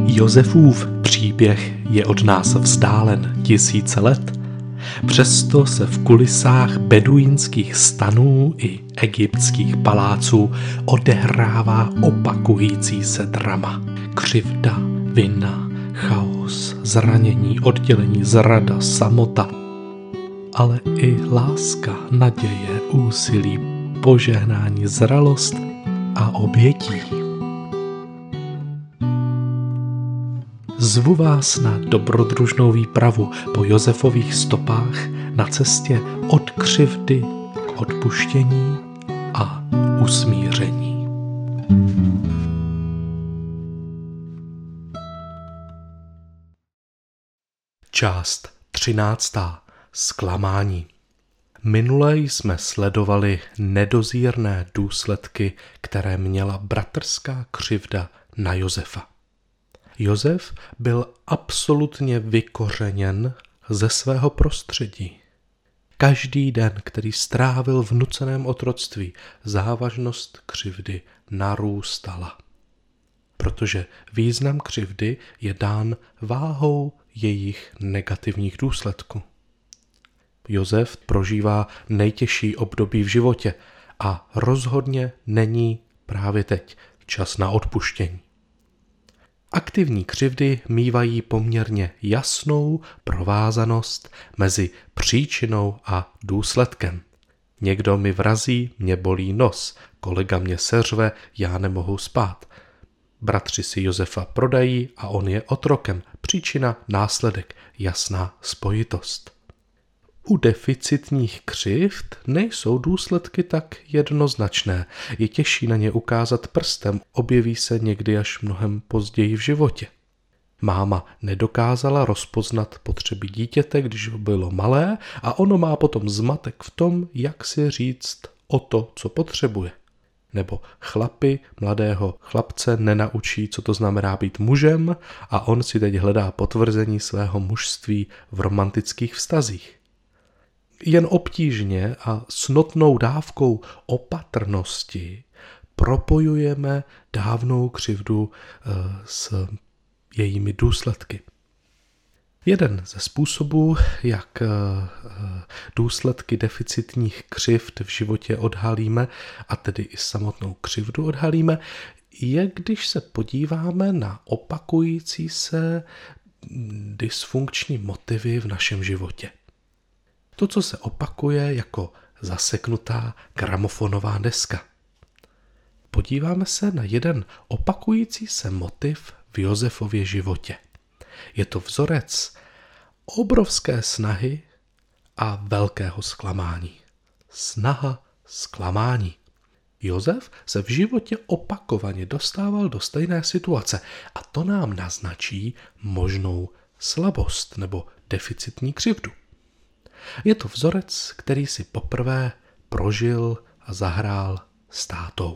Josefův příběh je od nás vzdálen tisíce let, přesto se v kulisách beduínských stanů i egyptských paláců odehrává opakující se drama. Křivda, vina, chaos, zranění, oddělení, zrada, samota, ale i láska, naděje, úsilí, požehnání, zralost a obětí. Zvu vás na dobrodružnou výpravu po Josefových stopách na cestě od křivdy k odpuštění a usmíření. Část 13. Zklamání. Minule jsme sledovali nedozírné důsledky, které měla bratrská křivda na Josefa. Josef byl absolutně vykořeněn ze svého prostředí. Každý den, který strávil v nuceném otroctví, závažnost křivdy narůstala. Protože význam křivdy je dán váhou jejich negativních důsledků. Josef prožívá nejtěžší období v životě a rozhodně není právě teď čas na odpuštění. Aktivní křivdy mívají poměrně jasnou provázanost mezi příčinou a důsledkem. Někdo mi vrazí, mě bolí nos, kolega mě seřve, já nemohu spát. Bratři si Josefa prodají a on je otrokem. Příčina, následek, jasná spojitost. U deficitních křivd nejsou důsledky tak jednoznačné. Je těžší na ně ukázat prstem, objeví se někdy až mnohem později v životě. Máma nedokázala rozpoznat potřeby dítěte, když bylo malé, a ono má potom zmatek v tom, jak si říct o to, co potřebuje. Nebo chlapi mladého chlapce nenaučí, co to znamená být mužem, a on si teď hledá potvrzení svého mužství v romantických vztazích. Jen obtížně a s notnou dávkou opatrnosti propojujeme dávnou křivdu s jejími důsledky. Jeden ze způsobů, jak důsledky deficitních křivd v životě odhalíme, a tedy i samotnou křivdu odhalíme, je, když se podíváme na opakující se dysfunkční motivy v našem životě. To, co se opakuje jako zaseknutá gramofonová deska. Podíváme se na jeden opakující se motiv v Josefově životě. Je to vzorec obrovské snahy a velkého zklamání. Snaha, zklamání. Josef se v životě opakovaně dostával do stejné situace a to nám naznačí možnou slabost nebo deficitní křivdu. Je to vzorec, který si poprvé prožil a zahrál s tátou.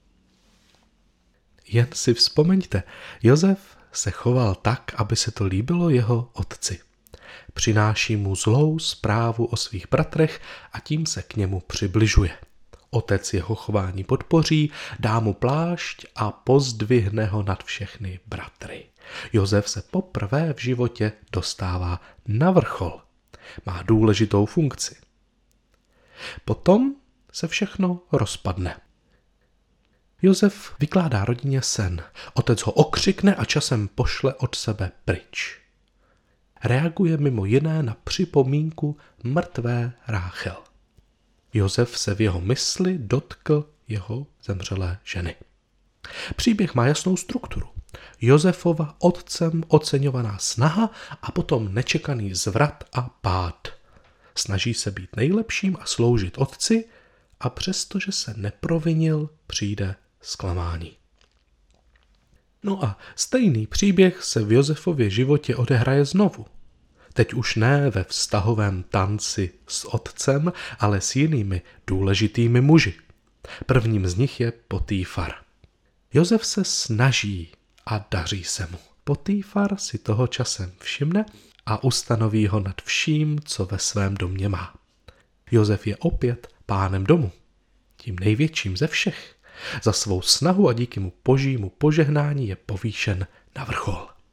Jen si vzpomeňte, Josef se choval tak, aby se to líbilo jeho otci. Přináší mu zlou zprávu o svých bratrech a tím se k němu přibližuje. Otec jeho chování podpoří, dá mu plášť a pozdvihne ho nad všechny bratry. Josef se poprvé v životě dostává na vrchol. Má důležitou funkci. Potom se všechno rozpadne. Josef vykládá rodině sen. Otec ho okřikne a časem pošle od sebe pryč. Reaguje mimo jiné na připomínku mrtvé Ráchel. Josef se v jeho mysli dotkl jeho zemřelé ženy. Příběh má jasnou strukturu. Josefova otcem oceňovaná snaha a potom nečekaný zvrat a pád. Snaží se být nejlepším a sloužit otci a přestože se neprovinil, přijde zklamání. No a stejný příběh se v Josefově životě odehraje znovu. Teď už ne ve vztahovém tanci s otcem, ale s jinými důležitými muži. Prvním z nich je Potýfar. Josef se snaží a daří se mu. Potýfar si toho časem všimne a ustanoví ho nad vším, co ve svém domě má. Josef je opět pánem domu, tím největším ze všech. Za svou snahu a díky mu božímu požehnání je povýšen na vrchol.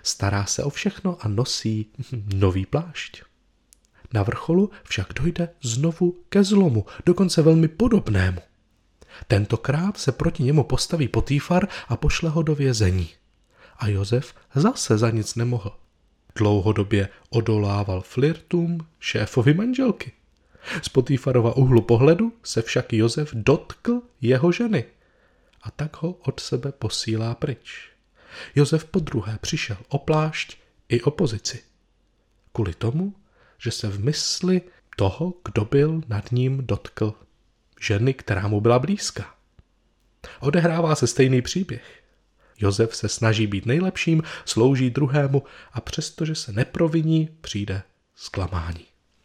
Stará se o všechno a nosí nový plášť. Na vrcholu však dojde znovu ke zlomu, dokonce velmi podobnému. Tentokrát se proti němu postaví Potýfar a pošle ho do vězení. A Josef zase za nic nemohl. Dlouhodobě odolával flirtům šéfovi manželky. Z Potýfarova úhlu pohledu se však Josef dotkl jeho ženy a tak ho od sebe posílá pryč. Josef podruhé přišel o plášť i o pozici. Kvůli tomu, že se v mysli toho, kdo byl nad ním, dotkl ženy, která mu byla blízká. Odehrává se stejný příběh. Josef se snaží být nejlepším, slouží druhému a přestože se neproviní, přijde zklamání.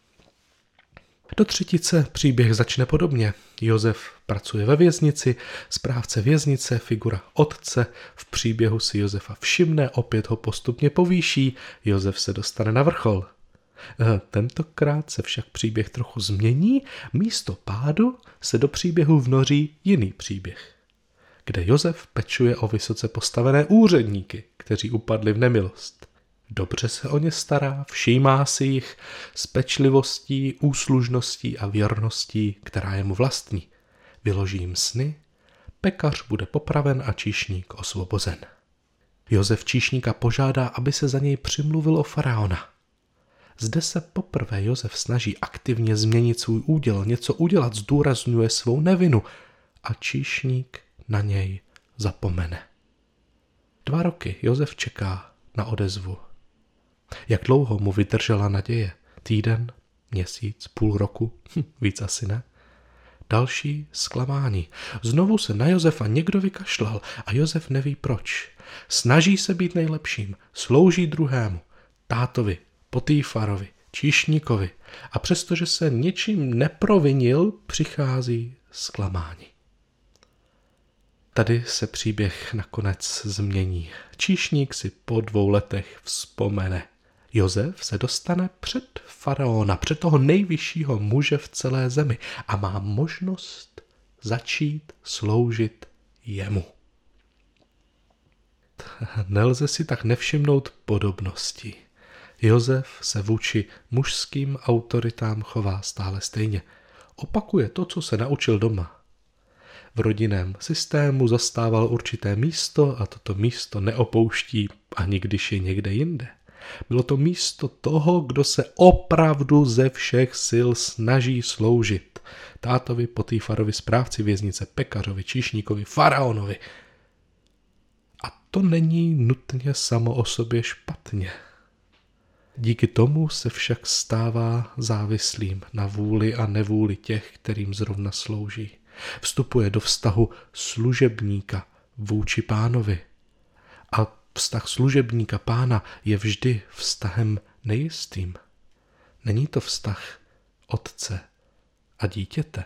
Do třetice příběh začne podobně. Josef pracuje ve věznici, správce věznice, figura otce, v příběhu si Josefa všimne, opět ho postupně povýší, Josef se dostane na vrchol. Tentokrát se však příběh trochu změní, místo pádu se do příběhu vnoří jiný příběh, kde Josef pečuje o vysoce postavené úředníky, kteří upadli v nemilost. Dobře se o ně stará, všímá si jich s pečlivostí, úslužností a věrností, která je mu vlastní. Vyloží jim sny, pekař bude popraven a číšník osvobozen. Josef číšníka požádá, aby se za něj přimluvil o faraona. Zde se poprvé Josef snaží aktivně změnit svůj úděl, něco udělat, zdůrazňuje svou nevinu a číšník na něj zapomene. 2 roky Josef čeká na odezvu. Jak dlouho mu vydržela naděje? Týden, měsíc, půl roku? Víc asi ne. Další zklamání. Znovu se na Josefa někdo vykašlal a Josef neví proč. Snaží se být nejlepším, slouží druhému, tátovi, Potýfarovi, číšníkovi a přestože se ničím neprovinil, přichází zklamání. Tady se příběh nakonec změní. Číšník si po 2 letech vzpomene. Josef se dostane před faraona, před toho nejvyššího muže v celé zemi a má možnost začít sloužit jemu. Nelze si tak nevšimnout podobností. Josef se vůči mužským autoritám chová stále stejně. Opakuje to, co se naučil doma. V rodinném systému zastával určité místo a toto místo neopouští, ani když je někde jinde. Bylo to místo toho, kdo se opravdu ze všech sil snaží sloužit. Tátovi, Potýfarovi, správci věznice, pekařovi, číšníkovi, faraonovi. A to není nutně samo o sobě špatně. Díky tomu se však stává závislým na vůli a nevůli těch, kterým zrovna slouží. Vstupuje do vztahu služebníka vůči pánovi. A vztah služebníka pána je vždy vztahem nejistým. Není to vztah otce a dítěte.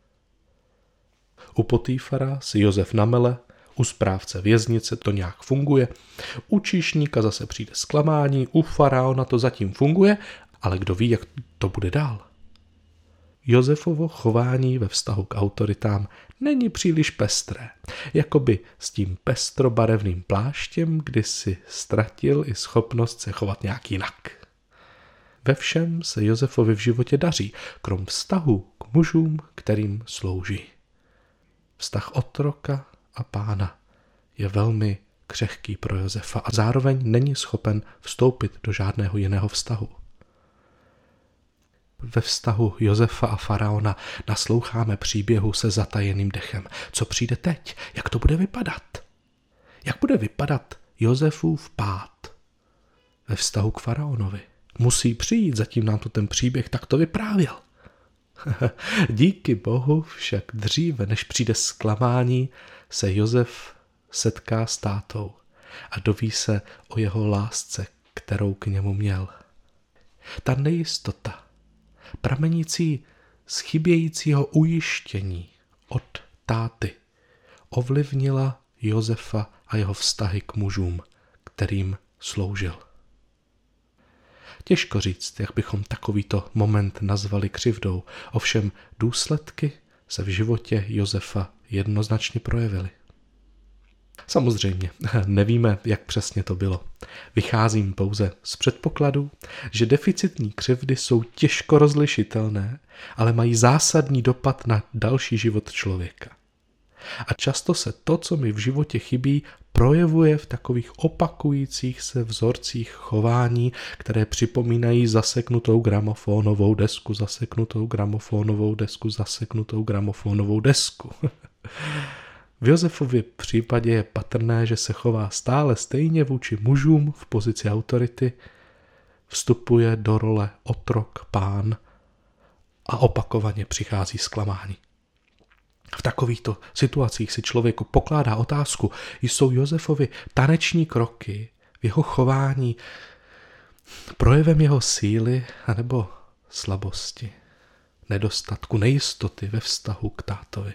U Potýfara si Josef namele, u správce věznice to nějak funguje, u číšníka zase přijde zklamání, u faraona to zatím funguje, ale kdo ví, jak to bude dál. Josefovo chování ve vztahu k autoritám není příliš pestré, jakoby s tím pestrobarevným pláštěm kdysi ztratil i schopnost se chovat nějak jinak. Ve všem se Josefovi v životě daří, krom vztahu k mužům, kterým slouží. Vztah otroka a pána je velmi křehký pro Josefa a zároveň není schopen vstoupit do žádného jiného vztahu. Ve vztahu Josefa a faraona nasloucháme příběhu se zatajeným dechem. Co přijde teď? Jak to bude vypadat? Jak bude vypadat Josefův pád ve vztahu k faraonovi? Musí přijít, zatím nám tu ten příběh takto vyprávěl. Díky Bohu však dříve, než přijde zklamání, se Josef setká s tátou a doví se o jeho lásce, kterou k němu měl. Ta nejistota, pramenící z chybějícího ujištění od táty, ovlivnila Josefa a jeho vztahy k mužům, kterým sloužil. Těžko říct, jak bychom takovýto moment nazvali křivdou, ovšem důsledky se v životě Josefa jednoznačně projevily. Samozřejmě, nevíme, jak přesně to bylo. Vycházím pouze z předpokladu, že deficitní křivdy jsou těžko rozlišitelné, ale mají zásadní dopad na další život člověka. A často se to, co mi v životě chybí, projevuje v takových opakujících se vzorcích chování, které připomínají zaseknutou gramofónovou desku, zaseknutou gramofónovou desku, zaseknutou gramofónovou desku. V Josefově případě je patrné, že se chová stále stejně vůči mužům v pozici autority, vstupuje do role otrok, pán a opakovaně přichází zklamání. V takovýchto situacích si člověk pokládá otázku, jsou Josefovi taneční kroky v jeho chování projevem jeho síly anebo slabosti, nedostatku, nejistoty ve vztahu k tátovi.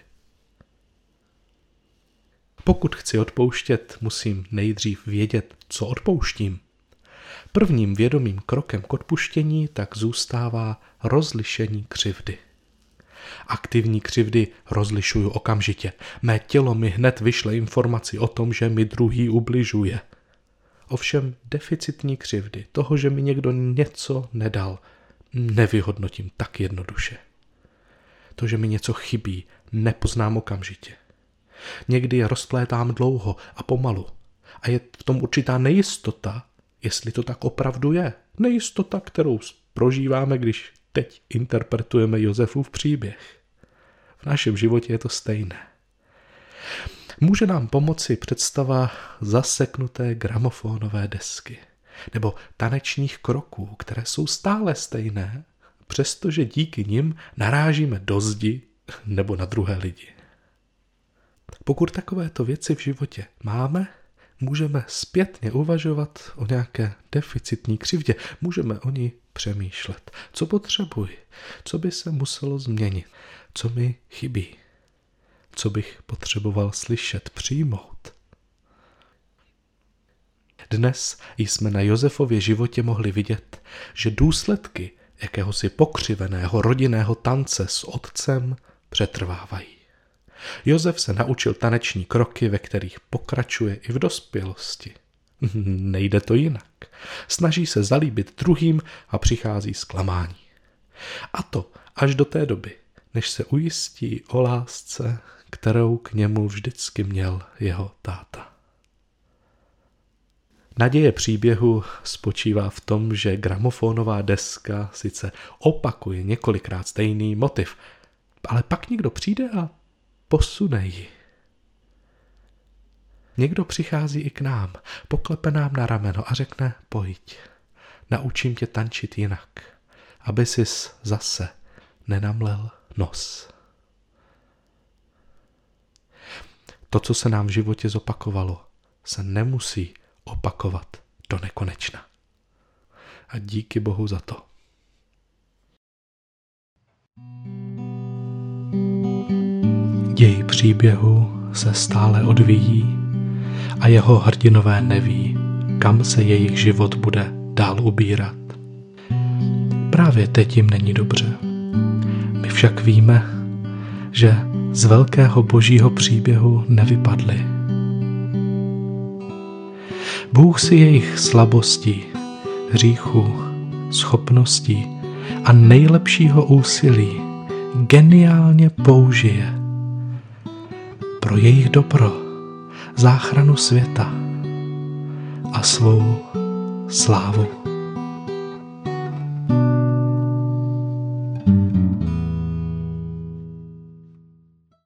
Pokud chci odpouštět, musím nejdřív vědět, co odpouštím. Prvním vědomým krokem k odpuštění tak zůstává rozlišení křivdy. Aktivní křivdy rozlišuju okamžitě. Mé tělo mi hned vyšle informaci o tom, že mi druhý ubližuje. Ovšem deficitní křivdy, toho, že mi někdo něco nedal, nevyhodnotím tak jednoduše. To, že mi něco chybí, nepoznám okamžitě. Někdy je rozplétám dlouho a pomalu. A je v tom určitá nejistota, jestli to tak opravdu je. Nejistota, kterou prožíváme, když teď interpretujeme Josefův příběh. V našem životě je to stejné. Může nám pomoci představa zaseknuté gramofónové desky nebo tanečních kroků, které jsou stále stejné, přestože díky nim narážíme do zdi nebo na druhé lidi. Pokud takovéto věci v životě máme, můžeme zpětně uvažovat o nějaké deficitní křivdě, můžeme o ní přemýšlet. Co potřebuji? Co by se muselo změnit? Co mi chybí? Co bych potřeboval slyšet, přijmout? Dnes jsme na Josefově životě mohli vidět, že důsledky jakéhosi pokřiveného rodinného tance s otcem přetrvávají. Josef se naučil taneční kroky, ve kterých pokračuje i v dospělosti. Nejde to jinak. Snaží se zalíbit druhým a přichází zklamání. A to až do té doby, než se ujistí o lásce, kterou k němu vždycky měl jeho táta. Naděje příběhu spočívá v tom, že gramofónová deska sice opakuje několikrát stejný motiv, ale pak někdo přijde a posune ji. Někdo přichází i k nám, poklepe nám na rameno a řekne: pojď, naučím tě tančit jinak, aby sis zase nenamlel nos. To, co se nám v životě zopakovalo, se nemusí opakovat do nekonečna. A díky Bohu za to. Děj příběhu se stále odvíjí a jeho hrdinové neví, kam se jejich život bude dál ubírat. Právě teď jim není dobře. My však víme, že z velkého božího příběhu nevypadli. Bůh si jejich slabostí, hříchů, schopností a nejlepšího úsilí geniálně použije pro jejich dobro, záchranu světa a svou slávu.